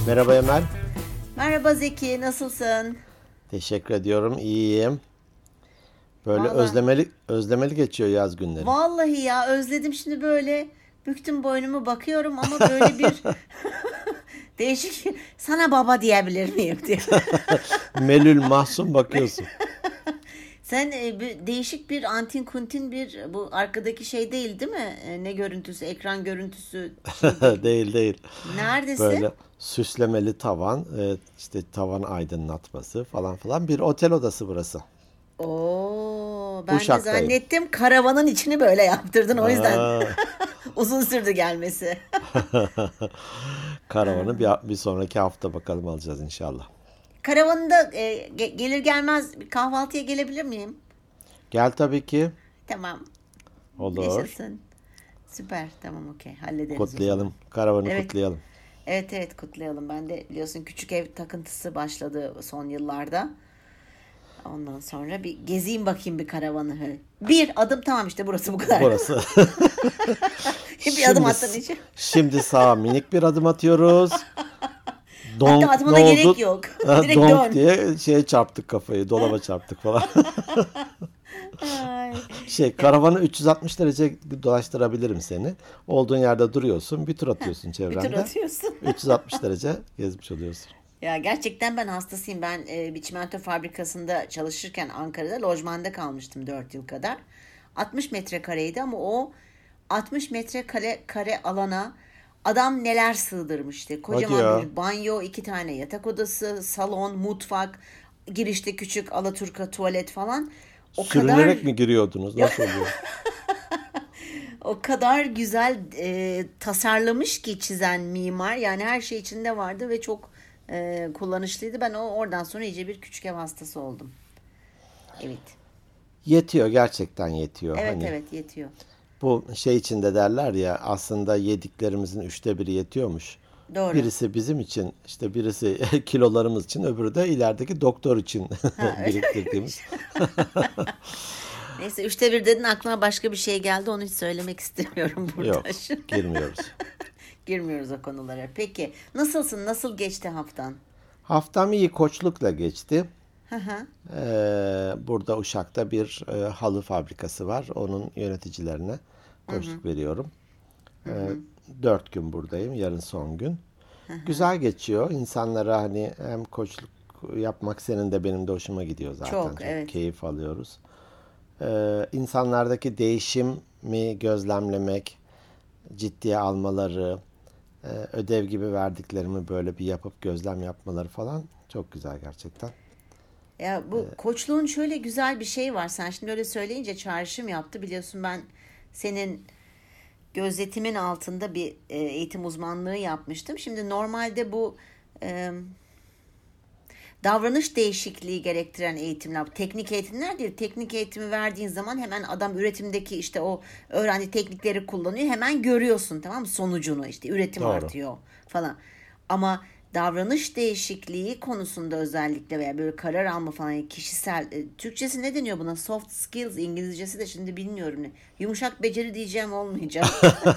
Merhaba Emel. Merhaba Zeki, nasılsın? Teşekkür ediyorum. İyiyim. Böyle Valla, özlemeli geçiyor yaz günleri. vallahi ya özledim şimdi böyle büktüm boynumu bakıyorum ama böyle bir değişik sana baba diyebilir miyim diye. Melül mahzun bakıyorsun. Sen değişik bir antin kuntin bir bu arkadaki şey değil mi? Ne görüntüsü, ekran görüntüsü şey değil. Değil değil. Neredesin? Böyle süslemeli tavan, işte tavan aydınlatması falan falan. Bir otel odası burası. Ben de Uşak'tayım. zannettim karavanın içini böyle yaptırdın o yüzden Aa, uzun sürdü gelmesi. karavanı bir sonraki hafta bakalım alacağız inşallah. Karavanında gelir gelmez bir kahvaltıya gelebilir miyim? Gel tabii ki. Tamam. Olur. Yaşasın. Süper. Tamam, okey. Hallederiz o zaman. Kutlayalım. Karavanı Evet. kutlayalım. Evet, evet, kutlayalım. Ben de biliyorsun küçük ev takıntısı başladı son yıllarda. Ondan sonra bir gezeyim bakayım bir karavanı. Bir adım, tamam, işte burası bu kadar. Burası. Bir adım Şimdi attın içi. şimdi sağa minik bir adım atıyoruz. Hatta Donk ne atmana gerek oldu? yok. Ha, Direkt donk dön. diye şeye çarptık kafayı, dolaba çarptık falan. Ay. Karavanı 360 derece dolaştırabilirim seni. Olduğun yerde duruyorsun, bir tur atıyorsun Bir tur çevrende. atıyorsun. 360 derece gezmiş oluyorsun. Ya gerçekten ben hastasıyım. Ben bir çimento fabrikasında çalışırken Ankara'da lojmanda kalmıştım 4 yıl kadar. 60 metrekareydi ama o 60 metrekare alana adam neler sığdırmıştı. Hadi Kocaman ya. bir banyo, 2 tane yatak odası, salon, mutfak, girişte küçük alaturka tuvalet falan. O kadar Sürünerek mi giriyordunuz? Nasıl oluyor? o kadar güzel tasarlamış ki çizen mimar. Yani her şey içinde vardı ve çok kullanışlıydı. Ben oradan sonra iyice bir küçük ev hastası oldum. Evet. Yetiyor, gerçekten yetiyor. Evet, Hani evet, yetiyor. bu şey içinde derler ya, aslında yediklerimizin 1/3 yetiyormuş. Doğru. Birisi bizim için, işte birisi kilolarımız için, öbürü de ilerideki doktor için Ha, öyle. biriktirdiğimiz. Neyse, 1/3 dedin, aklıma başka bir şey geldi. Onu hiç söylemek istemiyorum burada. Yok, girmiyoruz. Girmiyoruz o konulara. Peki, nasılsın? Nasıl geçti haftan? Haftam iyi, koçlukla geçti. Hı hı. Burada Uşak'ta bir halı fabrikası var. Onun yöneticilerine koçluk veriyorum. Ee, 4 gün buradayım. Yarın son gün. Güzel geçiyor. İnsanlara hani hem koçluk yapmak senin de benim de hoşuma gidiyor zaten. Çok, Çok evet. keyif alıyoruz. İnsanlardaki değişimi gözlemlemek, ciddiye almaları, ödev gibi verdiklerimi böyle bir yapıp gözlem yapmaları falan çok güzel gerçekten. Ya bu koçluğun şöyle güzel bir şey var. Sen şimdi öyle söyleyince çağrışım yaptı. Biliyorsun ben senin gözetimin altında bir eğitim uzmanlığı yapmıştım. Şimdi normalde bu e, davranış değişikliği gerektiren eğitimler, teknik eğitimler değil. Teknik eğitimi verdiğin zaman hemen adam üretimdeki işte o öğrendiği teknikleri kullanıyor. Hemen görüyorsun, tamam mı, sonucunu, işte üretim Doğru. artıyor falan. Ama davranış değişikliği konusunda özellikle veya böyle karar alma falan, yani kişisel, Türkçesi ne deniyor buna? Soft skills, İngilizcesi de şimdi bilmiyorum ne. Yumuşak beceri diyeceğim, olmayacak.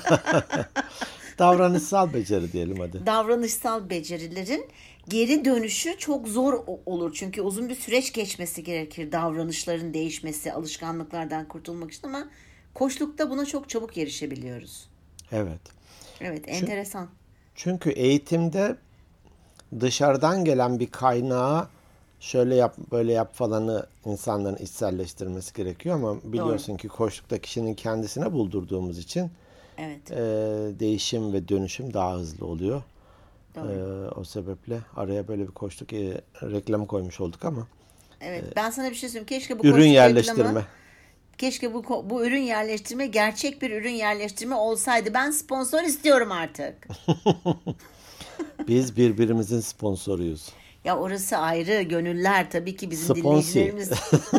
Davranışsal beceri diyelim hadi. Davranışsal becerilerin geri dönüşü çok zor olur. Çünkü uzun bir süreç geçmesi gerekir davranışların değişmesi, alışkanlıklardan kurtulmak için, ama koçlukta buna çok çabuk erişebiliyoruz. Evet. Evet, Çünkü, enteresan. çünkü eğitimde dışarıdan gelen bir kaynağı şöyle yap böyle yap falanı insanların içselleştirmesi gerekiyor, ama Doğru. biliyorsun ki koçlukta kişinin kendisine buldurduğumuz için Evet, değişim ve dönüşüm daha hızlı oluyor. doğru. O sebeple araya böyle bir koçluk reklamı koymuş olduk ama Evet, ben sana bir şey söyleyeyim. Keşke bu ürün koçluk reklamı, yerleştirme. keşke bu ürün yerleştirme gerçek bir ürün yerleştirme olsaydı. Ben sponsor istiyorum artık. Biz birbirimizin sponsoruyuz. Ya orası ayrı, gönüller tabii ki bizim Sponsi. dinleyicilerimiz.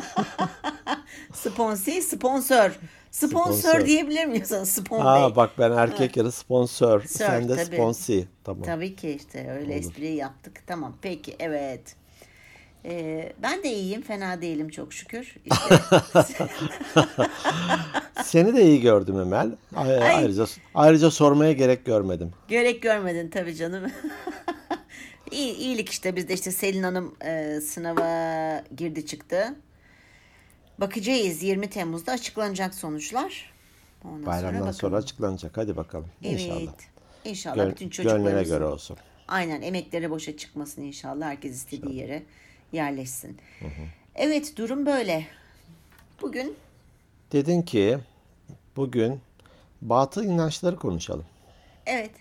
Sponsor. Sponsor Sponsor. diyebilir miyiz sana? Spon Bey. Bak, ben erkek yarı sponsor. Sir, Sen de tabii. sponsi. Tamam. Tabii ki işte öyle Olur. espriyi yaptık. Tamam, peki, evet. Ben de iyiyim, fena değilim çok şükür. İşte Seni de iyi gördüm Emel. ay, Ayrıca sormaya gerek görmedim. gerek görmedin tabii canım. İyilik işte, bizde işte Selin Hanım sınava girdi çıktı. Bakacağız, 20 Temmuz'da açıklanacak sonuçlar. Ondan sonra Bayramdan bakalım. sonra açıklanacak. Hadi bakalım. İnşallah. Evet. İnşallah bütün Gönlüne çocuklarımızın göre olsun. aynen emekleri boşa çıkmasın inşallah. Herkes istediği yere yerleşsin. Evet, durum böyle. Bugün Dedin ki bugün batıl inançları konuşalım. evet.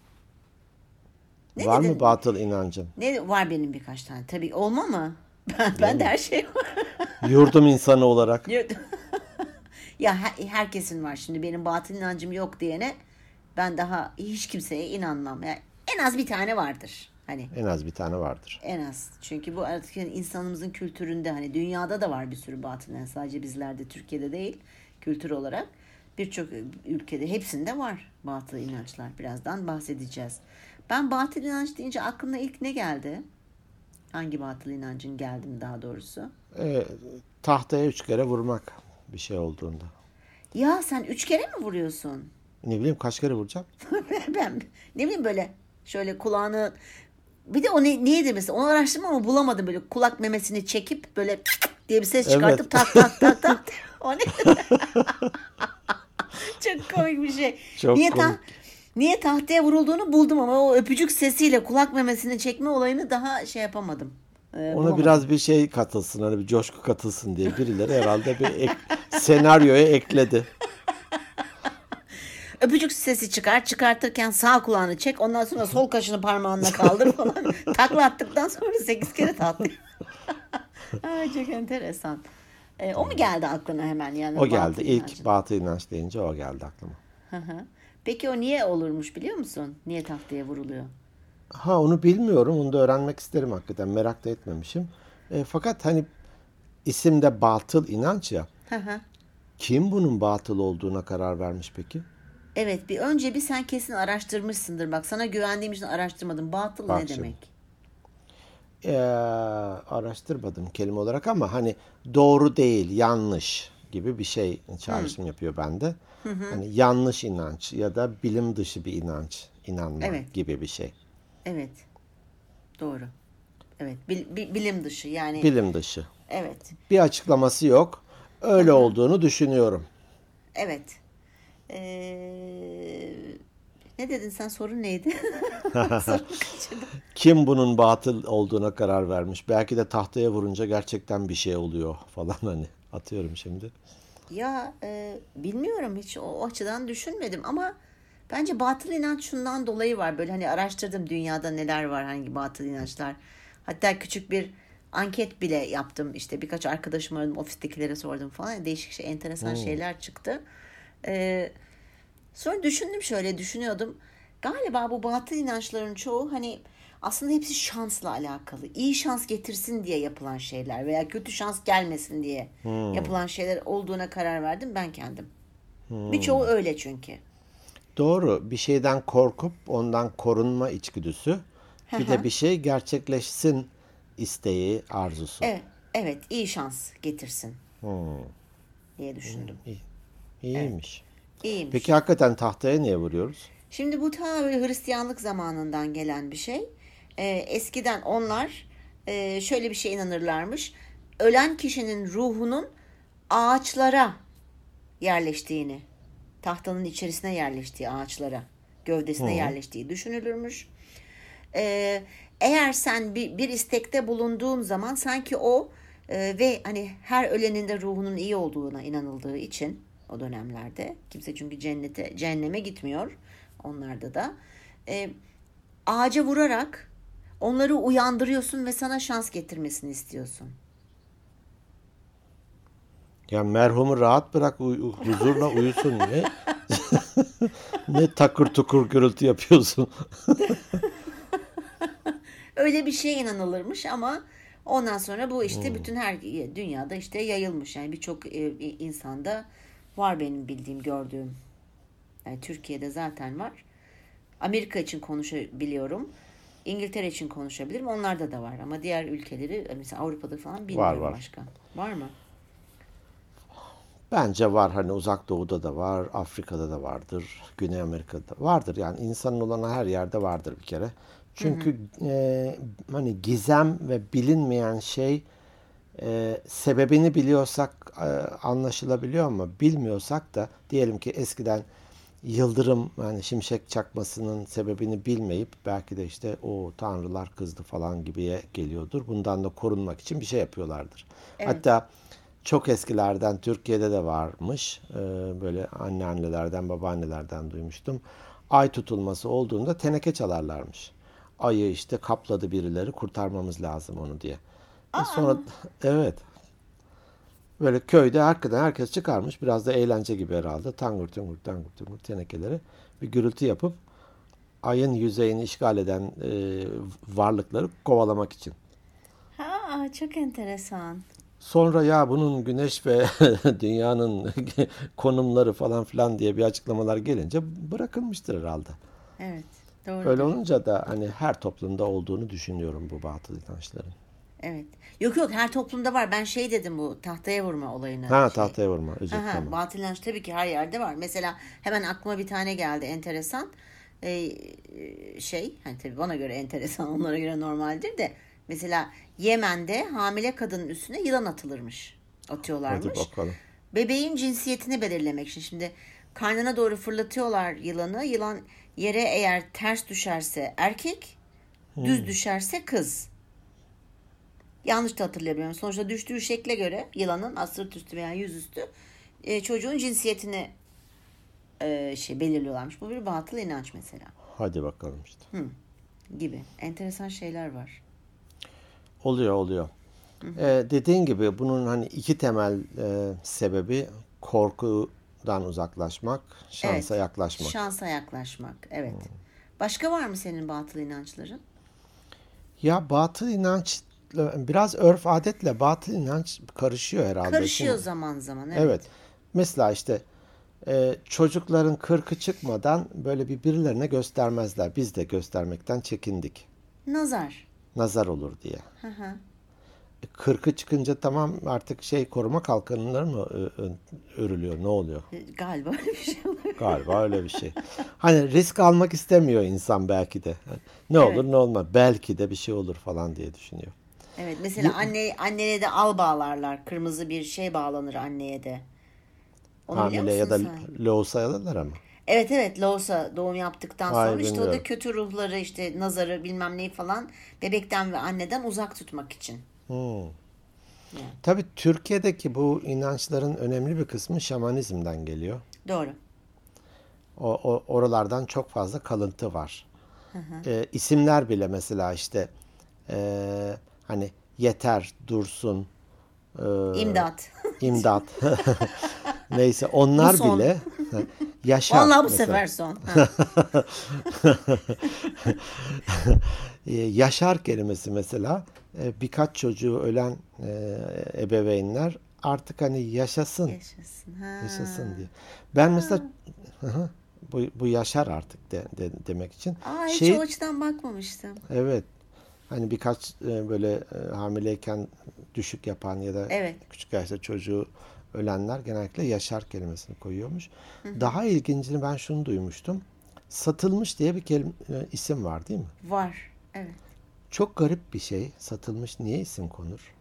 Ne Var dedin? mı batıl inancın? Ne var benim birkaç tane. Tabii, olma mı? Ben de her şey var. Yurdum insanı olarak Ya herkesin var. Şimdi benim batıl inancım yok diyene ben daha hiç kimseye inanmam. Yani en az bir tane vardır. Hani en az bir tane vardır. en az. Çünkü bu artık yani insanımızın kültüründe, hani dünyada da var bir sürü batıl inanç. Sadece bizlerde, Türkiye'de değil, kültür olarak birçok ülkede, hepsinde var batıl inançlar. Birazdan bahsedeceğiz. Ben batıl inanç deyince aklına ilk ne geldi? Hangi batıl inancın geldi mi daha doğrusu? Tahtaya 3 kere vurmak bir şey olduğunda. Ya sen 3 kere mi vuruyorsun? Ne bileyim kaç kere vuracağım? Ben ne bileyim, böyle şöyle kulağını, bir de o neydi mesela, onu araştırma ama bulamadım, böyle kulak memesini çekip böyle diye bir ses çıkartıp tak tak tak tak. O ne? Çok komik bir şey. Çok niye komik. niye tahtaya vurulduğunu buldum ama o öpücük sesiyle kulak memesini çekme olayını daha şey yapamadım. Ona Bulamadım. biraz bir şey katılsın, hani bir coşku katılsın diye birileri herhalde bir senaryoya ekledi. Öpücük sesi çıkartırken sağ kulağını çek, ondan sonra sol kaşını parmağınla kaldır falan. Takla attıktan sonra 8 kere tatlı. Ay, çok enteresan. O mu geldi aklına hemen yani? O geldi. batıl İlk inancı? batıl inanç deyince o geldi aklıma. Hı hı. Peki o niye olurmuş biliyor musun? Niye tahtaya vuruluyor? Ha, onu bilmiyorum. Onu da öğrenmek isterim hakikaten. Merak da etmemişim. Fakat hani isimde batıl inanç ya. Hı hı. Kim bunun batıl olduğuna karar vermiş peki? Evet, önce sen kesin araştırmışsındır. Bak, sana güvendiğim için araştırmadım. Batıl Bak ne şimdi. demek? Araştırmadım kelime olarak ama hani doğru değil, yanlış gibi bir şey çağrışım yapıyor bende. Hani yanlış inanç ya da bilim dışı bir inanma Evet. gibi bir şey. Evet. Doğru. Evet. Bilim dışı yani. Bilim dışı. Evet. Bir açıklaması yok. Öyle olduğunu düşünüyorum. Evet. Ne dedin sen? Sorun neydi? Sorun kaçırdım. Kim bunun batıl olduğuna karar vermiş? Belki de tahtaya vurunca gerçekten bir şey oluyor falan, hani atıyorum şimdi. Ya bilmiyorum, hiç o açıdan düşünmedim ama bence batıl inanç şundan dolayı var. Böyle hani araştırdım dünyada neler var, hangi batıl inançlar. Hatta küçük bir anket bile yaptım. İşte birkaç arkadaşım aradım, ofistekilere sordum falan. Değişik enteresan şeyler çıktı. Sonra düşünüyordum. Galiba bu batıl inançların çoğu hani aslında hepsi şansla alakalı. İyi şans getirsin diye yapılan şeyler veya kötü şans gelmesin diye yapılan şeyler olduğuna karar verdim ben kendim. Birçoğu öyle çünkü. Doğru. Bir şeyden korkup ondan korunma içgüdüsü. Bir de bir şey gerçekleşsin isteği, arzusu. Evet, evet, iyi şans getirsin diye düşündüm. İyiymiş. İyiymiş. Peki hakikaten tahtaya niye vuruyoruz? Şimdi bu ta böyle Hristiyanlık zamanından gelen bir şey. Eskiden onlar şöyle bir şey inanırlarmış. Ölen kişinin ruhunun ağaçlara yerleştiğini, tahtanın içerisine yerleştiği ağaçlara, gövdesine yerleştiği düşünülürmüş. Eğer sen bir istekte bulunduğun zaman sanki o ve hani her ölenin de ruhunun iyi olduğuna inanıldığı için o dönemlerde kimse çünkü cehenneme gitmiyor onlarda da ağaca vurarak onları uyandırıyorsun ve sana şans getirmesini istiyorsun. Ya merhumu rahat bırak, huzurla uyusun. Ne takır tukur gürültü yapıyorsun. Öyle bir şey inanılırmış ama ondan sonra bu işte bütün her dünyada işte yayılmış. Yani birçok insanda var benim bildiğim, gördüğüm. Yani Türkiye'de zaten var. Amerika için konuşabiliyorum. İngiltere için konuşabilirim. Onlarda da var ama diğer ülkeleri, mesela Avrupa'da falan bilmiyorum Var. başka. Var mı? Bence var, hani Uzak Doğu'da da var, Afrika'da da vardır, Güney Amerika'da da vardır. Yani insanın olana her yerde vardır bir kere. Çünkü hani gizem ve bilinmeyen şey sebebini biliyorsak anlaşılabiliyor ama bilmiyorsak da diyelim ki eskiden yıldırım yani şimşek çakmasının sebebini bilmeyip belki de işte o tanrılar kızdı falan gibiye geliyordur. Bundan da korunmak için bir şey yapıyorlardır. Evet. Hatta çok eskilerden Türkiye'de de varmış. Böyle anneannelerden, babaannelerden duymuştum. Ay tutulması olduğunda teneke çalarlarmış. Ayı işte kapladı birileri, kurtarmamız lazım onu diye. Sonra Aa, evet, böyle köyde hakikaten herkes çıkarmış. Biraz da eğlence gibi herhalde. Tangur tungur tangur tungur tenekeleri bir gürültü yapıp ayın yüzeyini işgal eden varlıkları kovalamak için. çok enteresan. Sonra ya bunun güneş ve dünyanın konumları falan filan diye bir açıklamalar gelince bırakılmıştır herhalde. Evet, Öyle doğrudur. olunca da hani her toplumda olduğunu düşünüyorum bu batıl inançların. Evet. Yok yok, her toplumda var. Ben şey dedim, bu tahtaya vurma olayını Ha, şey. tahtaya vurma. Özür Aha, tamam. batıl inanç tabii ki her yerde var. Mesela hemen aklıma bir tane geldi enteresan. Hani tabii bana göre enteresan, onlara göre normaldir de. Mesela Yemen'de hamile kadının üstüne yılan Hadi atıyorlarmış. bakalım. Bebeğin cinsiyetini belirlemek için. Şimdi karnına doğru fırlatıyorlar yılanı. Yılan yere eğer ters düşerse erkek, düz düşerse kız. Yanlış da hatırlayamıyorum. Sonuçta düştüğü şekle göre yılanın sırt üstü veya yüzüstü çocuğun cinsiyetini belirliyorlarmış. Bu bir batıl inanç mesela. Hadi bakalım işte. Gibi. Enteresan şeyler var. Oluyor. Dediğin gibi bunun hani iki temel sebebi korkudan uzaklaşmak, şansa Evet. yaklaşmak. Şansa yaklaşmak. Evet. Başka var mı senin batıl inançların? Ya batıl inanç biraz örf adetle batıl inanç karışıyor herhalde. Karışıyor Şimdi zaman zaman. Evet. evet. Mesela işte çocukların kırkı çıkmadan böyle birilerine göstermezler. Biz de göstermekten çekindik. Nazar. Nazar olur diye. Hı hı. Kırkı çıkınca tamam artık koruma kalkanları mı örülüyor? Ne oluyor? Galiba öyle bir şey olabilir. Galiba öyle bir şey. Hani risk almak istemiyor insan belki de. Hani ne olur Evet. ne olmaz. Belki de bir şey olur falan diye düşünüyor. Evet. Y- Mesela anneye de al bağlarlar. Kırmızı bir şey bağlanır anneye de. Onu biliyor Hamile ya musun da sen? loğusa alırlar ama. Evet evet, Loğusa doğum yaptıktan Hayır, sonra işte o da bilmiyorum. kötü ruhları, işte nazarı bilmem neyi falan bebekten ve anneden uzak tutmak için. Hmm. Yani, Tabii Türkiye'deki bu inançların önemli bir kısmı şamanizmden geliyor. doğru. Oralardan çok fazla kalıntı var. İsimler bile mesela işte hani yeter, dursun, e, İmdat. imdat neyse Bu onlar son. bile yaşar Vallahi bu mesela. sefer son. Ha, Yaşar kelimesi mesela birkaç çocuğu ölen ebeveynler artık hani yaşasın, yaşasın. Ha. yaşasın diye. Ben mesela bu yaşar artık demek için Hiç o şey açıdan bakmamıştım. evet hani birkaç böyle hamileyken düşük yapan ya da Evet. küçük yaşta çocuğu ölenler genellikle yaşar kelimesini koyuyormuş. Daha ilgincini ben şunu duymuştum. Satılmış diye bir isim var değil mi? Var. Evet. Çok garip bir şey. Satılmış niye isim konur?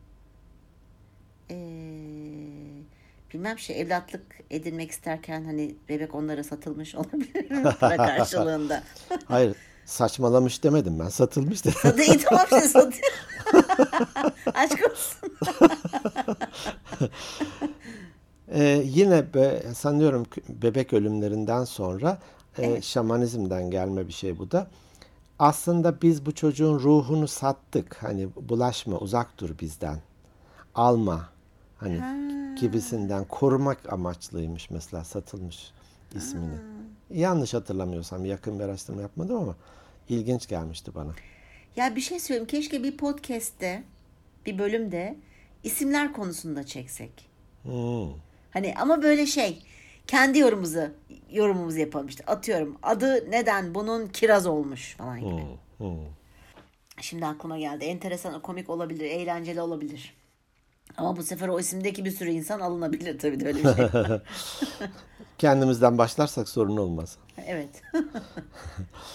Bilmem, evlatlık edinmek isterken hani bebek onlara satılmış olabilir mi? Para karşılığında. Hayır, saçmalamış demedim ben. Satılmış dedim. İyi tamam, işte satıyor. Aşk olsun. Yine sanıyorum bebek ölümlerinden sonra Evet. şamanizmden gelme bir şey bu da. Aslında biz bu çocuğun ruhunu sattık. Hani bulaşma, uzak dur bizden. Alma. Hani Ha. gibisinden korumak amaçlıymış mesela satılmış ismini. Yanlış hatırlamıyorsam yakın bir araştırma yapmadım ama ilginç gelmişti bana. Ya bir şey söyleyeyim. Keşke bir podcast'te, bir bölümde isimler konusunda çeksek. Hmm, Hani ama böyle kendi yorumumuzu yapalım işte. Atıyorum, adı neden bunun kiraz olmuş falan gibi. Şimdi aklıma geldi. Enteresan, komik olabilir, eğlenceli olabilir. Ama bu sefer o isimdeki bir sürü insan alınabilir, tabii de öyle bir şey var. Kendimizden başlarsak sorun olmaz. Evet.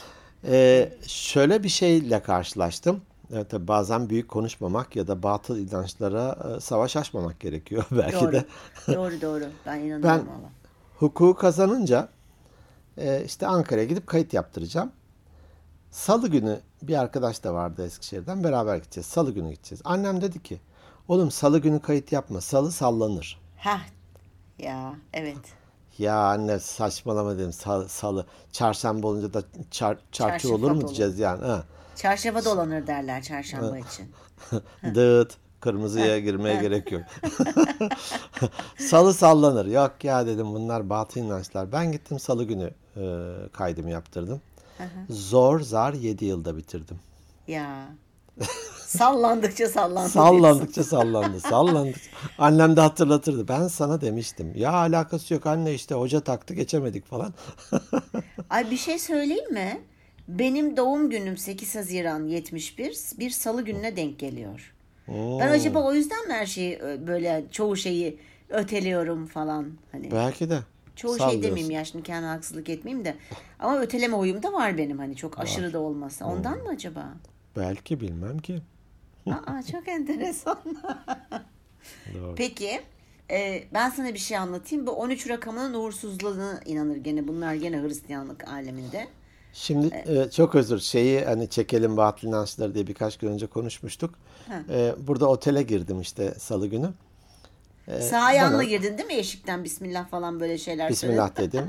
Şöyle bir şeyle karşılaştım. Evet, tabii bazen büyük konuşmamak ya da batıl inançlara savaş açmamak gerekiyor belki Doğru. de. Doğru. Ben Ben inanıyorum valla. hukuku kazanınca işte Ankara'ya gidip kayıt yaptıracağım. Salı günü bir arkadaş da vardı Eskişehir'den, beraber gideceğiz. Salı günü gideceğiz. Annem dedi ki, oğlum salı günü kayıt yapma. Salı sallanır. Heh. Ya evet. Ya anne saçmalama dedim, salı. Çarşamba olunca da çarçur olur Çarşafat mu olur. diyeceğiz yani. Ha. Çarşafa dolanır derler çarşamba için. Dıt. Kırmızıya girmeye gerek yok. Salı sallanır. Yok ya dedim, bunlar batıl inançlar. Ben gittim salı günü kaydımı yaptırdım. Zor zar 7 yılda bitirdim. Ya. Sallandıkça sallandı diyorsun. Sallandıkça sallandı. Sallandıkça. Annem de hatırlatırdı. Ben sana demiştim. Ya alakası yok anne, işte hoca taktı geçemedik falan. Ay bir şey söyleyeyim mi? Benim doğum günüm 8 Haziran 71 bir salı gününe denk geliyor. Ben acaba o yüzden mi her şeyi böyle çoğu şeyi öteliyorum falan hani. Belki de Çoğu şey demeyeyim sallıyorsun. ya şimdi kendime haksızlık etmeyeyim de. Ama öteleme huyum da var benim hani çok aşırı Var. da olmasa. Ondan mı acaba? Belki, bilmem ki. Aa çok enteresan. Doğru. Peki ben sana bir şey anlatayım. Bu 13 rakamının uğursuzluğuna inanır gene. Bunlar gene Hristiyanlık aleminde. Şimdi çok özür, şeyi hani çekelim batıl inançları diye birkaç gün önce konuşmuştuk. Ha. Burada otele girdim işte salı günü. Sağ ayağınla Bana girdin değil mi eşikten Bismillah falan böyle şeyler söyledin. Bismillah dedim.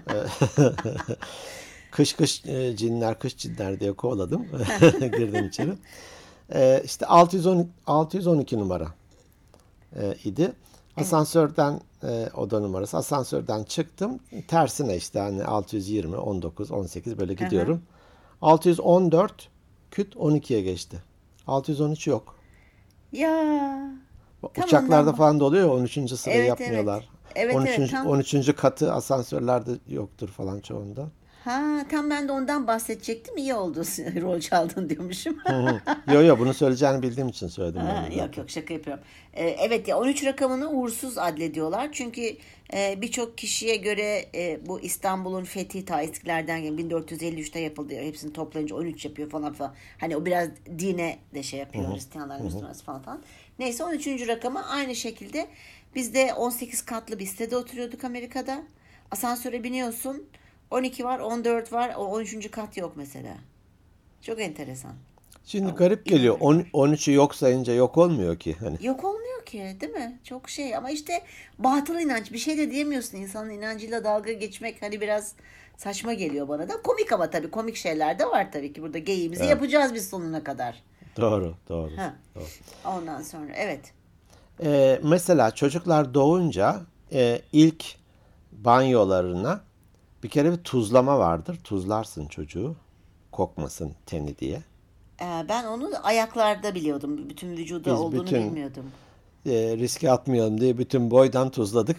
Kış cinler, kış cinler diye kovaladım. Girdim içeri. İşte 612 numara idi. Asansörden oda numarası. Asansörden çıktım. Tersine işte hani 620, 19, 18 böyle Hı hı. gidiyorum. 614 küt 12'ye geçti. 613 yok. Ya tam ondan Uçaklarda mı? falan da oluyor ya, 13. sırayı Evet. yapmıyorlar. Evet tam. 13. katı asansörlerde yoktur falan çoğunda. Ha tam ben de ondan bahsedecektim. İyi oldu rol çaldın diyormuşum. Hı hı. Yo bunu söyleyeceğini bildiğim için söyledim ben Ha, de yok zaten. yok şaka yapıyorum. Evet ya 13 rakamını uğursuz adlediyorlar. Çünkü birçok kişiye göre bu İstanbul'un fethi ta eskilerden gelen 1453'te yapıldı. Hepsini toplayınca 13 yapıyor falan falan. Hani o biraz dine de şey yapıyor. Hristiyanlar, Müslümanlar falan falan. Neyse 13. rakamı aynı şekilde biz de 18 katlı bir sitede oturuyorduk Amerika'da. Asansöre biniyorsun. 12 var, 14 var. O 13. kat yok mesela. Çok enteresan. Şimdi Ama garip geliyor. inanıyorlar. 13'ü yok sayınca yok olmuyor ki. Hani Yok olmuyor ki değil mi? Çok şey ama işte batıl inanç bir şey de diyemiyorsun insanın inancıyla dalga geçmek hani biraz saçma geliyor bana da. Komik ama tabii komik şeyler de var tabii ki burada geyiğimizi evet. yapacağız biz sonuna kadar. Doğru. Ha. Doğru. Ondan sonra evet. Mesela çocuklar doğunca ilk banyolarına bir kere bir tuzlama vardır. Tuzlarsın çocuğu. Kokmasın teni diye. Ben onu ayaklarda biliyordum. Bütün vücuda Biz olduğunu bütün bilmiyordum. riske atmayalım diye bütün boydan tuzladık.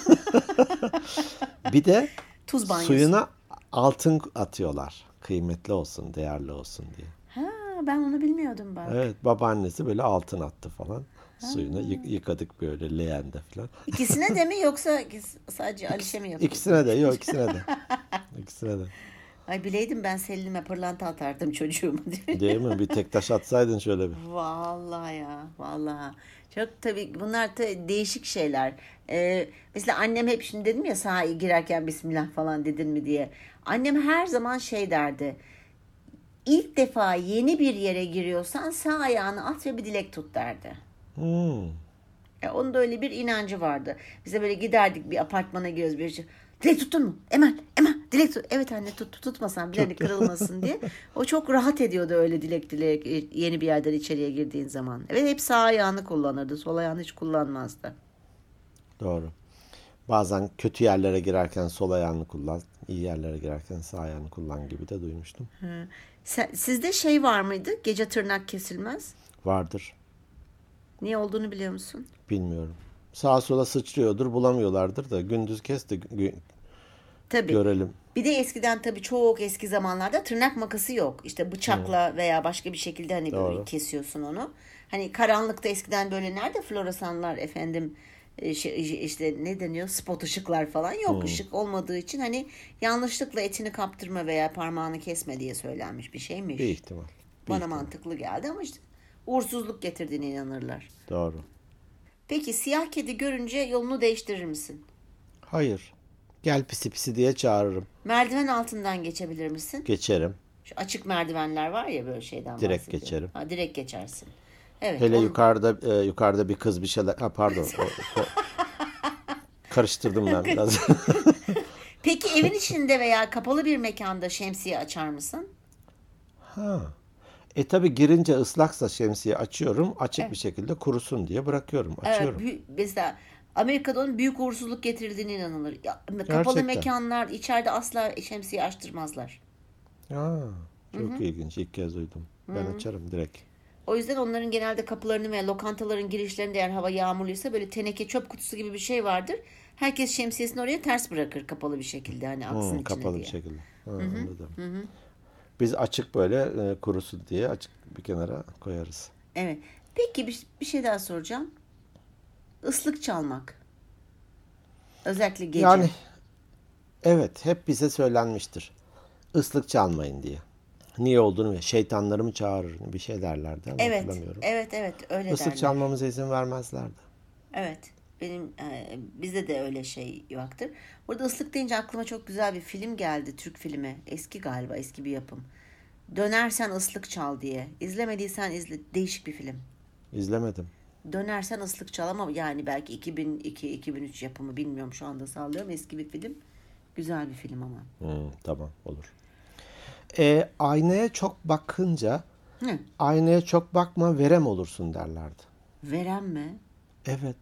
Bir de Tuz banyosu. suyuna altın atıyorlar. Kıymetli olsun, değerli olsun diye. Ha, ben onu bilmiyordum bak. Evet, babaannesi böyle altın attı falan. Suyuna yıkadık böyle leğende falan. İkisine de mi yoksa sadece Alişe mi yapıyorsun? İkisine de, yok ikisine de. İkisine de. Ay bileydim ben Selin'ime pırlanta atardım çocuğumu diye. Değil mi? Bir tek taş atsaydın şöyle bir. Vallahi ya, vallahi. Çok tabii bunlar da değişik şeyler. Mesela annem hep şimdi dedim ya sağa girerken Bismillah falan dedin mi diye. Annem her zaman şey derdi. İlk defa yeni bir yere giriyorsan sağ ayağını at ve bir dilek tut derdi. Hmm. Onun da öyle bir inancı vardı. Bize böyle giderdik bir apartmana giriyoruz bir şey. Dilek tuttun mu? Emel dilek tut. Evet anne tutmasan bile hani Çok kırılmasın diye. O çok rahat ediyordu öyle dilek yeni bir yerden içeriye girdiğin zaman. Evet hep sağ ayağını kullanırdı. Sol ayağını hiç kullanmazdı. doğru. Bazen kötü yerlere girerken sol ayağını kullan, iyi yerlere girerken sağ ayağını kullan gibi de duymuştum. Sizde şey var mıydı? Gece tırnak kesilmez. Vardır. Niye olduğunu biliyor musun? Bilmiyorum. Sağa sola sıçrıyordur, bulamıyorlardır da gündüz kes de Tabii. görelim. Bir de eskiden tabii çok eski zamanlarda tırnak makası yok. İşte bıçakla veya başka bir şekilde hani böyle Doğru. kesiyorsun onu. Hani karanlıkta eskiden böyle nerede floresanlar efendim işte ne deniyor, spot ışıklar falan yok. Işık olmadığı için hani yanlışlıkla etini kaptırma veya parmağını kesme diye söylenmiş bir Bir şeymiş. ihtimal. Bir Bana ihtimal. mantıklı geldi ama işte uğursuzluk getirdiğine inanırlar. Doğru. Peki siyah kedi görünce yolunu değiştirir misin? Hayır. Gel pisi pisi diye çağırırım. Merdiven altından geçebilir misin? Geçerim. Şu açık merdivenler var ya, böyle şeyden Direkt bahsediyorum. geçerim. Ha, direkt geçersin. Evet. Hele yukarıda bir kız bir şeyler... Ha, pardon. Karıştırdım ben biraz. Peki evin içinde veya kapalı bir mekanda şemsiye açar mısın? Ha. Tabii girince ıslaksa şemsiye açıyorum. Açık Evet. bir şekilde kurusun diye bırakıyorum. Evet, Açıyorum. mesela Amerika'da onun büyük uğursuzluk getirdiğine inanılır. Kapalı Gerçekten. mekanlar içeride asla şemsiye açtırmazlar. Ha, çok ilginç. İlk kez duydum. Ben açarım direkt. O yüzden onların genelde kapılarını veya lokantaların girişlerinde, eğer hava yağmurluysa, böyle teneke çöp kutusu gibi bir şey vardır. Herkes şemsiyesini oraya ters bırakır, kapalı bir şekilde, hani aksın içine Kapalı diye. bir şekilde. Ha, anladım. Biz açık böyle kurusun diye açık bir kenara koyarız. Evet. Peki bir şey daha soracağım. Islık çalmak. Özellikle gece. Yani evet, hep bize söylenmiştir. Islık çalmayın diye. Niye olduğunu ve şeytanları mı çağırır bir şey derlerdi ama Evet. hatırlamıyorum. Evet, öyle Islık derler. çalmamıza izin vermezlerdi. Evet. Bizde de öyle şey yoktur. Burada ıslık deyince aklıma çok güzel bir film geldi. Türk filmi. Eski galiba, eski bir yapım. Dönersen ıslık çal diye. İzlemediysen izle. Değişik bir film. İzlemedim. Dönersen ıslık çal, ama yani belki 2002-2003 yapımı, bilmiyorum, şu anda sallıyorum. Eski bir film. Güzel bir film ama. Tamam, olur. Aynaya çok bakınca Hı. aynaya çok bakma verem olursun derlerdi. Verem mi? Evet.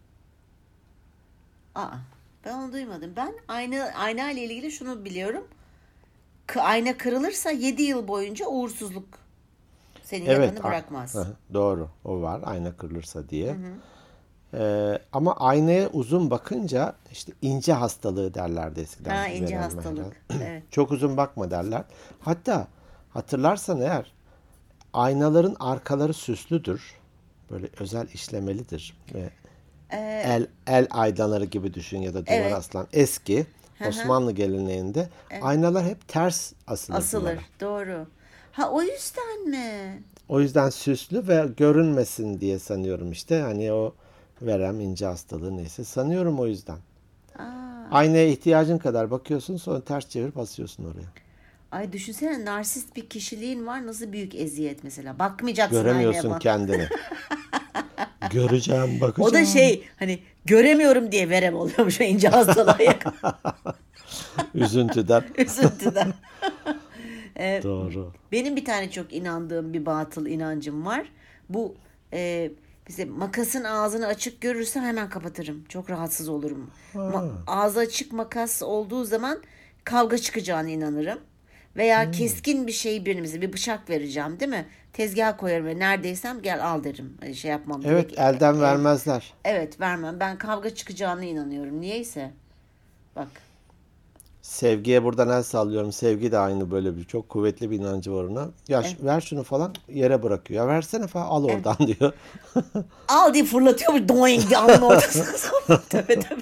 Aa, ben onu duymadım. Ben ayna ile ilgili şunu biliyorum. Ayna kırılırsa 7 yıl boyunca uğursuzluk senin Evet. yakanı bırakmaz. Doğru. O var. Ayna kırılırsa diye. Ama aynaya uzun bakınca işte ince hastalığı derlerdi eskiden. Ha, ince Verem hastalık. Mehrem. Evet. Çok uzun bakma derler. Hatta hatırlarsan eğer, aynaların arkaları süslüdür. Böyle özel işlemelidir. Ve el aynaları gibi düşün ya da duvar Evet. asılan eski Osmanlı geleneğinde aynalar hep ters asılır Asılır. duvara. Doğru. Ha, o yüzden mi? O yüzden süslü ve görünmesin diye sanıyorum işte. Hani o verem, ince hastalığı neyse, sanıyorum o yüzden. Aa, Aynaya ihtiyacın kadar bakıyorsun, sonra ters çevirip asıyorsun oraya. ay düşünsene, narsist bir kişiliğin var, nasıl büyük eziyet mesela. Bakmayacaksın aynaya, Göremiyorsun bak. kendini. Göreceğim, O da bakacağım. hani göremiyorum diye verem oluyormuş o ince hastalığa yakın. Üzüntüden. Üzüntüden. Doğru. Benim bir tane çok inandığım bir batıl inancım var. Bu bize makasın ağzını açık görürsem hemen kapatırım. Çok rahatsız olurum. Ağzı açık makas olduğu zaman kavga çıkacağına inanırım. Veya keskin bir şey, birimize bir bıçak vereceğim, değil mi? Tezgaha koyarım ve neredeysem gel al derim. Hani şey yapmam. Evet, direkt, elden vermezler. evet, vermem. Ben kavga çıkacağına inanıyorum. Niyeyse. Bak. Sevgiye buradan el sallıyorum. Sevgi de aynı, böyle bir çok kuvvetli bir inancı var ona. Ya ver şunu falan, yere bırakıyor. Ya versene falan, al oradan diyor. Al diye fırlatıyormuş. Doing diye alnın ortasına. Tövbe tövbe.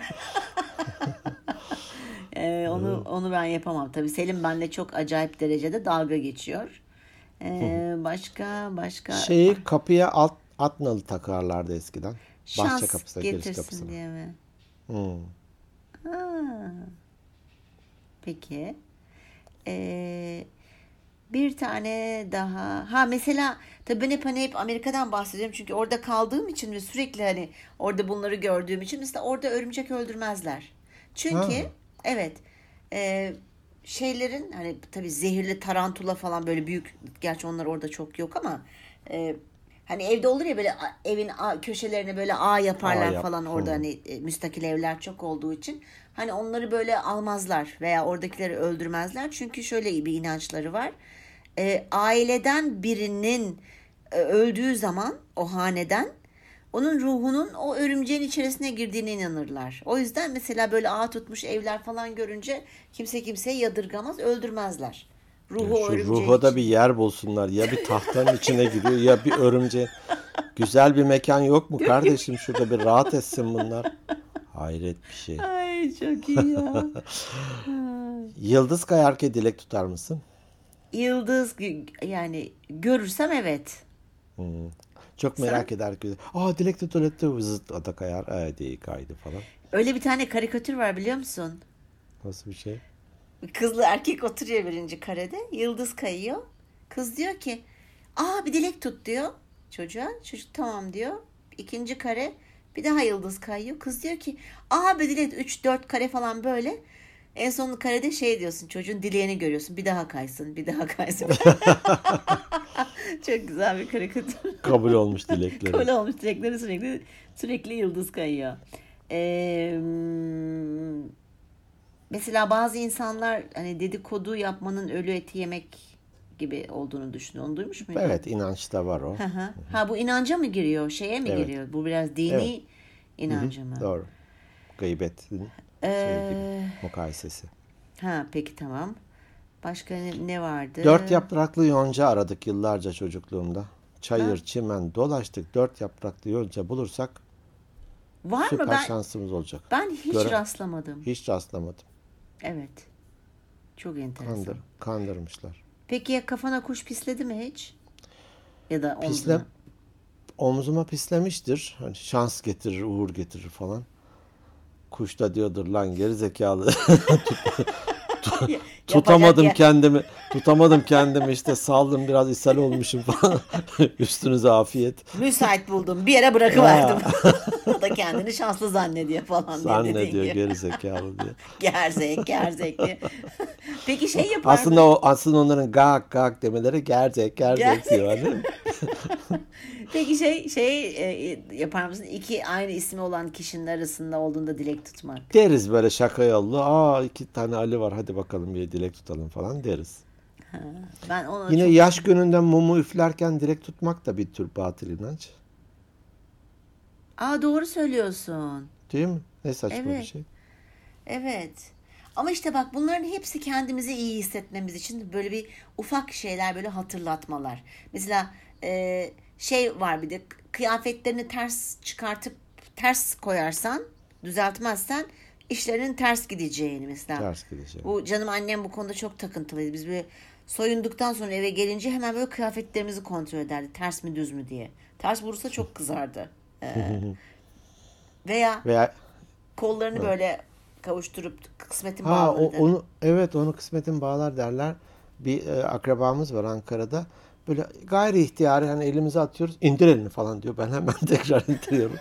Onu ben yapamam. Tabii Selim benimle çok acayip derecede dalga geçiyor. Başka Şeyi kapıya at nalı takarlardı eskiden. Bahçe şans kapısına, giriş getirsin kapısına. diye mi? Hmm. Ha, peki. Bir tane daha. Ha, mesela tabii ben hep Amerika'dan bahsediyorum. Çünkü orada kaldığım için ve sürekli hani orada bunları gördüğüm için, mesela orada örümcek öldürmezler. Çünkü Ha. evet, şeylerin hani tabii zehirli tarantula falan, böyle büyük, gerçi onlar orada çok yok ama hani evde olur ya, böyle evin köşelerine böyle ağ yaparlar Yap. falan orada, hani müstakil evler çok olduğu için hani onları böyle almazlar veya oradakileri öldürmezler. Çünkü şöyle bir inançları var. Aileden birinin öldüğü zaman o haneden, onun ruhunun o örümceğin içerisine girdiğine inanırlar. O yüzden mesela böyle ağ tutmuş evler falan görünce kimse kimseyi yadırgamaz, öldürmezler. Ruhu o Şu örümceğin ruha da içinde. bir yer bulsunlar. Ya bir tahtanın içine giriyor ya bir örümceğin. Güzel bir mekan yok mu kardeşim? Şurada bir rahat etsin bunlar. Hayret bir şey. Ay çok iyi ya. Yıldız kayarken dilek tutar mısın? Yıldız yani görürsem evet. Çok Sen? merak eder ki. Aa dilek tutulette zıt ada kayar. Diye kaydı falan. Öyle bir tane karikatür var biliyor musun? Nasıl bir şey? Kızlı erkek oturuyor birinci karede. Yıldız kayıyor. Kız diyor ki bir dilek tut diyor çocuğa. Çocuk tamam diyor. İkinci kare bir daha yıldız kayıyor. Kız diyor ki bir dilek 3-4 kare falan böyle. En son karede şey diyorsun, çocuğun dileğini görüyorsun. Bir daha kaysın, bir daha kaysın. Çok güzel bir karikatür. Kabul olmuş dilekleri. Kabul olmuş dilekleri sürekli yıldız kayıyor. Ee, Mesela bazı insanlar hani dedikodu yapmanın ölü eti yemek gibi olduğunu düşünüyor. Onu duymuş muydun? Evet, inançta var o. Hı hı. Ha, bu inanca mı giriyor? Şeye mi Evet. giriyor? Bu biraz dini Evet. inanca mı? Doğru. Gıybetin şey gibi, Ee, mukayesesi. peki tamam. Başka ne vardı? 4 yapraklı yonca aradık yıllarca çocukluğumda. Çayır, Ha? çimen dolaştık. 4 yapraklı yonca bulursak Var mı? süper şansımız olacak. Ben hiç Göre- rastlamadım. Hiç rastlamadım. Evet. Çok enteresan. Kandırmışlar. Peki ya kafana kuş pisledi mi hiç? Ya da Pisle, omzuna? omzuma pislemiştir. Hani şans getirir, uğur getirir falan. Kuş da diyordur lan geri zekalı. Tutamadım Yapacak kendimi. Tutamadım kendimi işte saldım biraz ishal olmuşum falan. Üstünüze afiyet. Müsait buldum. Bir yere bırakıverdim. O da kendini şanslı zannediyor falan diye dediğin Zannediyor gibi. geri zekalı diye. Gerzek diye. Peki şey yapar mı? Aslında onların gak gak demeleri gerzek Gerzek. diyor hani. Peki yapar mısın? İki aynı ismi olan kişinin arasında olduğunda dilek tutmak. Deriz böyle şaka yollu. 2 tane Ali var hadi bakalım bir dilek tutalım falan deriz. Ben onu Yine çok... yaş gününden mumu üflerken dilek tutmak da bir tür batıl inanç. Doğru söylüyorsun. Değil mi? Ne saçma bir Evet. şey. Evet. Ama işte bak bunların hepsi kendimizi iyi hissetmemiz için böyle bir ufak şeyler, böyle hatırlatmalar. Mesela şey var, bir de kıyafetlerini ters çıkartıp ters koyarsan, düzeltmezsen işlerinin ters gideceğini mesela. Ters gideceğim. Bu canım annem bu konuda çok takıntılıydı. Biz böyle soyunduktan sonra eve gelince hemen böyle kıyafetlerimizi kontrol ederdi. Ters mi düz mü diye. Ters vurursa çok kızardı. Veya Veya kollarını böyle kavuşturup kısmetin ha bağlardı. onu kısmetin bağlar derler. Bir akrabamız var Ankara'da. Böyle gayri ihtiyari hani elimize atıyoruz. İndir elini falan diyor. Ben hemen tekrar indiriyorum.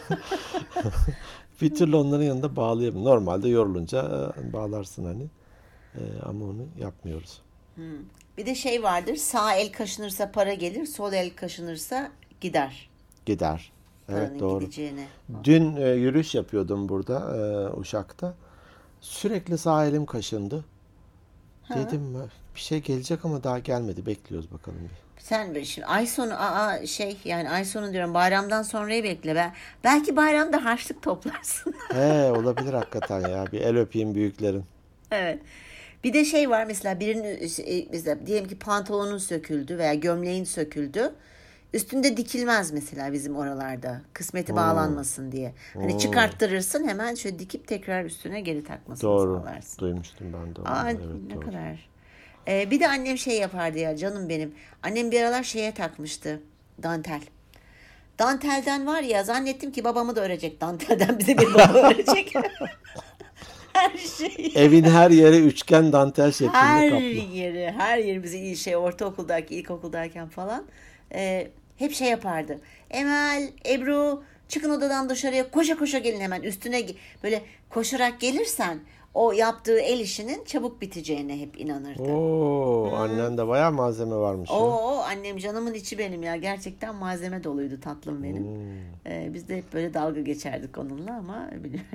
Bir türlü onların yanında bağlayamıyorum. Normalde yorulunca bağlarsın hani. Ama onu yapmıyoruz. Bir de şey vardır. Sağ el kaşınırsa para gelir, sol el kaşınırsa gider. Gider. Evet Paranın doğru. gideceğine. Dün yürüyüş yapıyordum burada Uşak'ta. Sürekli sağ elim kaşındı. Dedim bir şey gelecek ama daha gelmedi. Bekliyoruz bakalım bir. Sen böyle şimdi ay sonu yani ay sonu diyorum, bayramdan sonrayı bekle be. Belki bayramda harçlık toplarsın. Olabilir hakikaten ya. Bir el öpeyim büyüklerin. Evet. Bir de şey var, mesela birinin mesela diyelim ki pantolonun söküldü veya gömleğin söküldü. Üstünde dikilmez mesela bizim oralarda. Kısmeti bağlanmasın diye. Hani çıkarttırırsın, hemen şöyle dikip tekrar üstüne geri takmasını Doğru. sağlarsın. Duymuştum ben de onu. Aa, Evet ne doğru. kadar. Bir de annem şey yapardı ya canım benim. Annem bir aralar şeye takmıştı. Dantel. Dantelden var ya, zannettim ki babamı da örecek. Dantelden bize bir baba örecek. Her şey. Evin her yeri üçgen dantel şeklinde Her kaplı. yeri bizi ortaokuldaki, ilkokuldayken falan hep şey yapardı. Emel, Ebru çıkın odadan dışarıya, koşa koşa gelin, hemen üstüne böyle koşarak gelirsen o yaptığı el işinin çabuk biteceğine hep inanırdı. Annen de bayağı malzeme varmış ya. Annem canımın içi benim ya, gerçekten malzeme doluydu tatlım benim. Biz de hep böyle dalga geçerdik onunla ama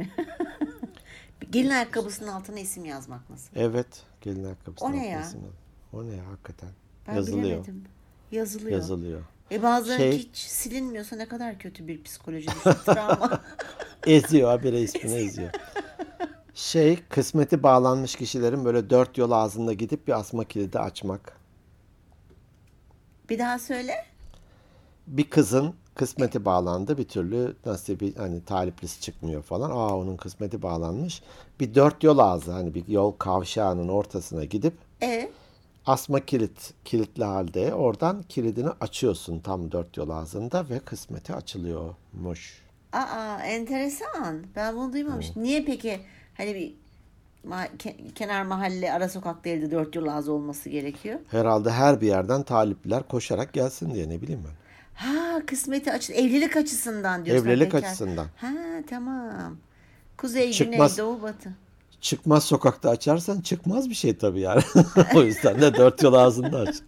gelin ayakkabısının altına isim yazmak nasıl? Evet, gelin ayakkabısının O ne ya? altına. O ne ya hakikaten? Ben Yazılıyor. bilemedim. Yazılıyor. Yazılıyor. Bazıları Şey- hiç silinmiyorsa ne kadar kötü bir psikoloji düşün, travma. Eziyor habire ismini eziyor. Kısmeti bağlanmış kişilerin böyle 4 yol ağzında gidip bir asma kilidi açmak. Bir daha söyle. Bir kızın Kısmeti bağlandı, bir türlü nasibi hani taliplisi çıkmıyor falan. Onun kısmeti bağlanmış. Bir dört yol ağzı, hani bir yol kavşağının ortasına gidip E, asma kilitli halde oradan kilidini açıyorsun tam dört yol ağzında ve kısmeti açılıyormuş. enteresan. Ben bunu duymamıştım. Niye peki hani bir kenar mahalle ara sokak değil de dört yol ağzı olması gerekiyor? Herhalde her bir yerden talipliler koşarak gelsin diye, ne bileyim ben. Ha, kısmeti açı, evlilik açısından diyorsun Evlilik bekar. açısından. Ha, tamam. Kuzey, güney, Çıkmaz doğu, batı. çıkmaz sokakta açarsan çıkmaz bir şey tabii yani. O yüzden de dört yol ağzında aç.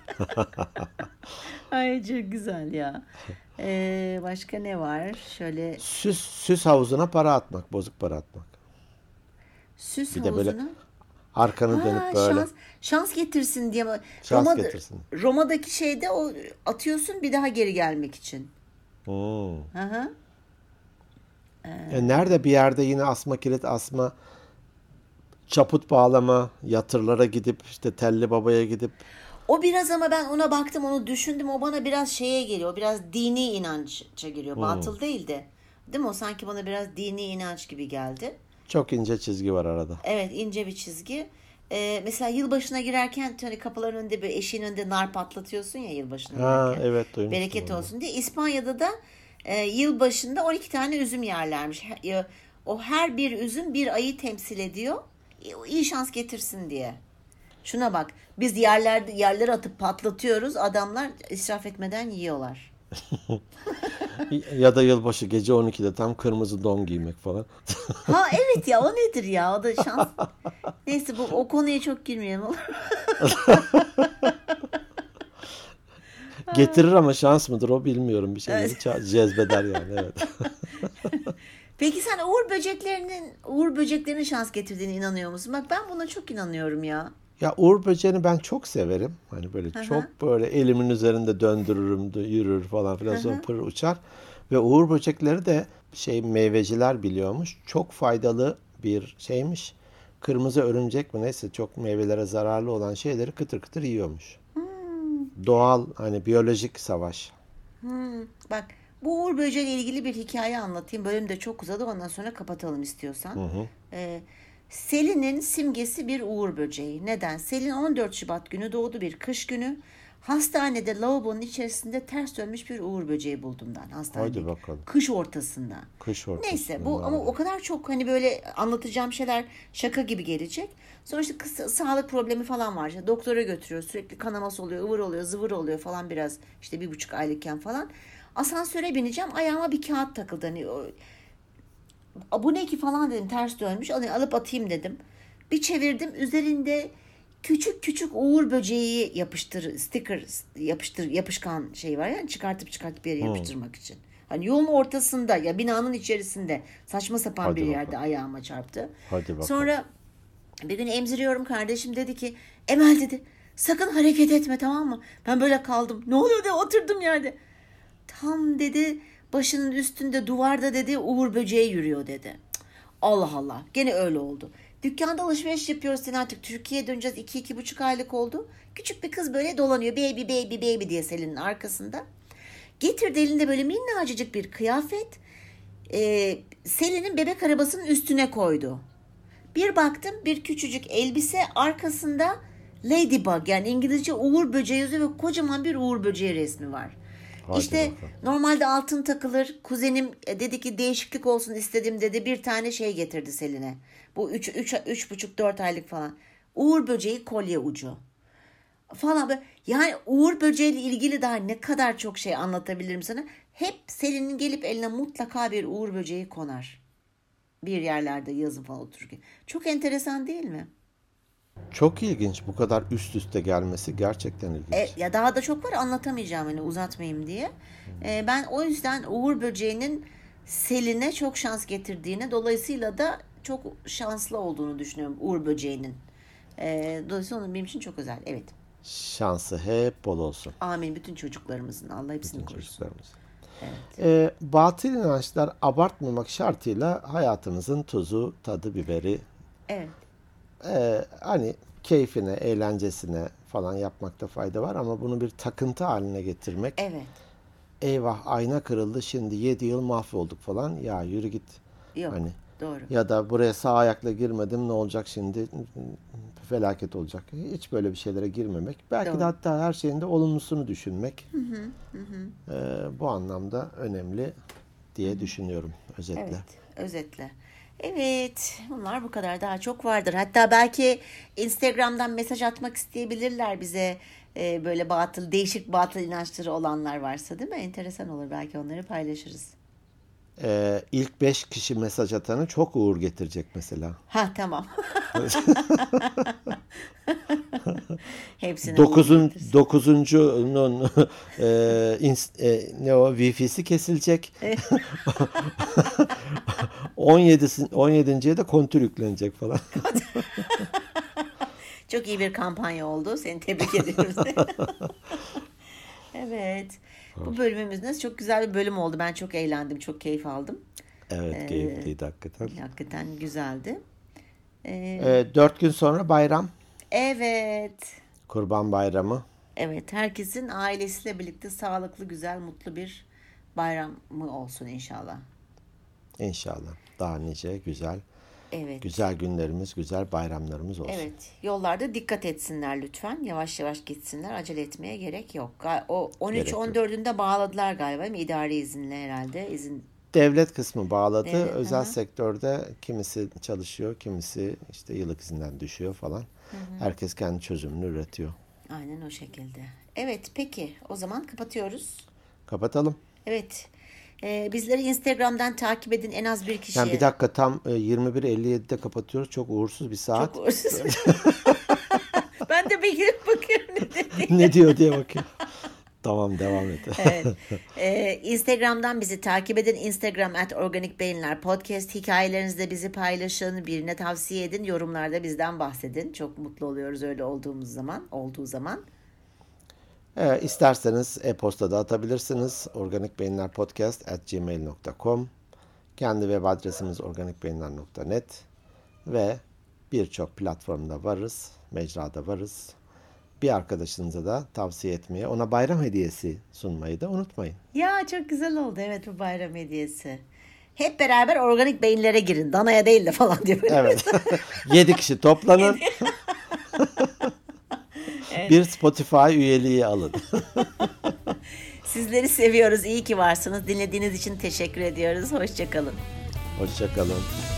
Ay çok güzel ya. Başka ne var? Şöyle Süs havuzuna para atmak, bozuk para atmak. süs Bir de böyle havuzuna. arkanı Ha, dönüp böyle şans getirsin diye. şans getirsin. Roma'daki şeyde o atıyorsun bir daha geri gelmek için. Hmm. Hı hı. Nerede bir yerde yine asma kilit asma, çaput bağlama, yatırlara gidip işte telli babaya gidip O biraz ama ben ona baktım, onu düşündüm. O bana biraz şeye geliyor. Biraz dini inança giriyor. Batıl değil de. Değil mi? O sanki bana biraz dini inanç gibi geldi. çok ince çizgi var arada. Evet, ince bir çizgi. Mesela yılbaşına girerken hani kapıların önünde böyle eşiğin önünde nar patlatıyorsun ya yılbaşına Ha girerken. evet, duymuştum Bereket onu. olsun diye. İspanya'da da yılbaşında 12 tane üzüm yerlermiş. O her bir üzüm bir ayı temsil ediyor. İyi şans getirsin diye. Şuna bak. Biz yerlere atıp patlatıyoruz. Adamlar israf etmeden yiyorlar. Ya da yılbaşı gece 12'de tam kırmızı don giymek falan. Ha evet ya, o nedir ya? O da şans. Neyse, o konuya çok girmeyelim, olur mu? Getirir ama şans mıdır o bilmiyorum, bir şeyleri Evet. cezbeder yani, evet. Peki sen Uğur böceklerinin şans getirdiğine inanıyor musun? Bak, ben buna çok inanıyorum ya. Ya uğur böceğini ben çok severim. Hani böyle Hı hı. çok böyle elimin üzerinde döndürürüm, yürür falan Hı filan, sonra hı. pır uçar. Ve uğur böcekleri de meyveciler biliyormuş. Çok faydalı bir şeymiş. Kırmızı örümcek mi neyse, çok meyvelere zararlı olan şeyleri kıtır kıtır yiyormuş. Doğal, hani biyolojik savaş. Bak, bu Uğur böceğiyle ilgili bir hikaye anlatayım. Bölüm de çok uzadı. Ondan sonra kapatalım istiyorsan. Ee, Selin'in simgesi bir Uğur böceği. Neden? Selin 14 Şubat günü doğdu, bir kış günü. Hastanede lavabonun içerisinde ters dönmüş bir Uğur böceği buldum ben hastanede. Haydi bakalım. Kış ortasında. Kış Neyse, ortasında bu ama o vallahi. kadar çok hani böyle anlatacağım şeyler şaka gibi gelecek. Sonra işte sağlık problemi falan var. İşte doktora götürüyor. Sürekli kanaması oluyor, ıvır oluyor, zıvır oluyor falan biraz. İşte 1,5 aylıkken falan. Asansöre bineceğim. Ayağıma bir kağıt takıldı. Hani bu ne ki falan dedim. Ters dönmüş. Hani alıp atayım dedim. Bir çevirdim. Üzerinde küçük küçük Uğur böceği sticker yapışkan şey var, yani çıkartıp bir yere yapıştırmak için. Hani yolun ortasında ya binanın içerisinde saçma sapan bir Hadi yerde bakalım. ayağıma çarptı. Hadi bakalım. Sonra bir gün emziriyorum, kardeşim dedi ki Emel dedi sakın hareket etme, tamam mı? Ben böyle kaldım. Ne oluyor de oturdum yerde. Tam dedi başının üstünde duvarda dedi Uğur böceği yürüyor dedi. Cık, Allah Allah, gene öyle oldu. Dükkanda alışveriş yapıyoruz, sen artık Türkiye'ye döneceğiz, 2-2,5 aylık oldu. Küçük bir kız böyle dolanıyor, baby baby baby diye Selin'in arkasında. Getirdi elinde böyle minnacıcık bir kıyafet. Selin'in bebek arabasının üstüne koydu. Bir baktım, bir küçücük elbise, arkasında Ladybug, yani İngilizce Uğur böceği yazıyor ve kocaman bir Uğur böceği resmi var. Hadi İşte bakalım. normalde altın takılır. Kuzenim dedi ki değişiklik olsun istedim dedi. Bir tane şey getirdi Selin'e. Bu 3,5-4 aylık falan. Uğur böceği kolye ucu falan böyle. Yani Uğur böceğiyle ilgili daha ne kadar çok şey anlatabilirim sana. Hep Selin'in gelip eline mutlaka bir Uğur böceği konar. Bir yerlerde yazın falan otururken. Çok enteresan değil mi? Çok ilginç, bu kadar üst üste gelmesi gerçekten ilginç. Ya daha da çok var, anlatamayacağım hani uzatmayayım diye. Ben o yüzden Uğur böceğinin Selin'e çok şans getirdiğini, dolayısıyla da çok şanslı olduğunu düşünüyorum Uğur böceğinin. Dolayısıyla onun benim için çok özel. Evet. Şansı hep bol olsun. Amin. Bütün çocuklarımızın. Allah hepsini Bütün korusun. çocuklarımız. Evet. Batıl inançlar abartmamak şartıyla hayatımızın tuzu, tadı, biberi. Evet. Hani keyfine, eğlencesine falan yapmakta fayda var ama bunu bir takıntı haline getirmek Evet. eyvah ayna kırıldı şimdi 7 yıl mahvolduk falan. Ya yürü git. Yok. Hani Doğru. ya da buraya sağ ayakla girmedim ne olacak şimdi? Felaket olacak. Hiç böyle bir şeylere girmemek. Belki de Doğru. hatta her şeyin de olumlusunu düşünmek. Bu anlamda önemli diye düşünüyorum özetle. Evet, özetle. Evet, bunlar bu kadar. Daha çok vardır. Hatta belki Instagram'dan mesaj atmak isteyebilirler bize. Böyle değişik batıl inançları olanlar varsa, değil mi? Enteresan olur. Belki onları paylaşırız. İlk 5 kişi mesaj atanı çok uğur getirecek mesela. Ha, tamam. Hepsine uğur getirsin. Dokuzuncunun ne o Wi-Fi'si kesilecek. 17'ye de kontür yüklenecek falan. Çok iyi bir kampanya oldu. Seni tebrik ediyoruz. Evet. Bu bölümümüz çok güzel bir bölüm oldu. Ben çok eğlendim. Çok keyif aldım. Evet, keyifliydi hakikaten. Hakikaten güzeldi. 4 gün sonra bayram. Evet. Kurban Bayramı. Evet. Herkesin ailesiyle birlikte sağlıklı, güzel, mutlu bir bayramı olsun inşallah. İnşallah. Daha nice güzel Evet. güzel günlerimiz, güzel bayramlarımız olsun. Evet. Yollarda dikkat etsinler lütfen. Yavaş yavaş gitsinler. Acele etmeye gerek yok. O Gerek yok. 13-14'ünde bağladılar galiba, değil mi? İdari izinle herhalde. Devlet kısmı bağladı. Devlet, Özel hı. sektörde kimisi çalışıyor, kimisi işte yıllık izinden düşüyor falan. Herkes kendi çözümünü üretiyor. Aynen o şekilde. Evet, peki. O zaman kapatıyoruz. Kapatalım. Evet. Bizleri Instagram'dan takip edin, en az bir kişiye. Yani bir dakika tam 21.57'de kapatıyoruz. Çok uğursuz bir saat. Çok uğursuz. Ben de bakıyorum ne dedi. Ne diyor diye bakıyor. Tamam, devam et. Evet. Instagram'dan bizi takip edin. Instagram @organikbeyinler podcast. Hikayelerinizde bizi paylaşın. Birine tavsiye edin. Yorumlarda bizden bahsedin. Çok mutlu oluyoruz öyle olduğu zaman. İsterseniz e-posta da atabilirsiniz. organikbeyinlerpodcast@gmail.com. Kendi web adresimiz organikbeyinler.net ve birçok platformda varız, mecrada varız. Bir arkadaşınıza da tavsiye etmeye, ona bayram hediyesi sunmayı da unutmayın. Ya çok güzel oldu. Evet, bu bayram hediyesi. Hep beraber organik beyinlere girin. Danaya değil de falan diye böyle. Evet. 7 kişi toplanın. Bir Spotify üyeliği alın. Sizleri seviyoruz. İyi ki varsınız. Dinlediğiniz için teşekkür ediyoruz. Hoşça kalın. Hoşça kalın.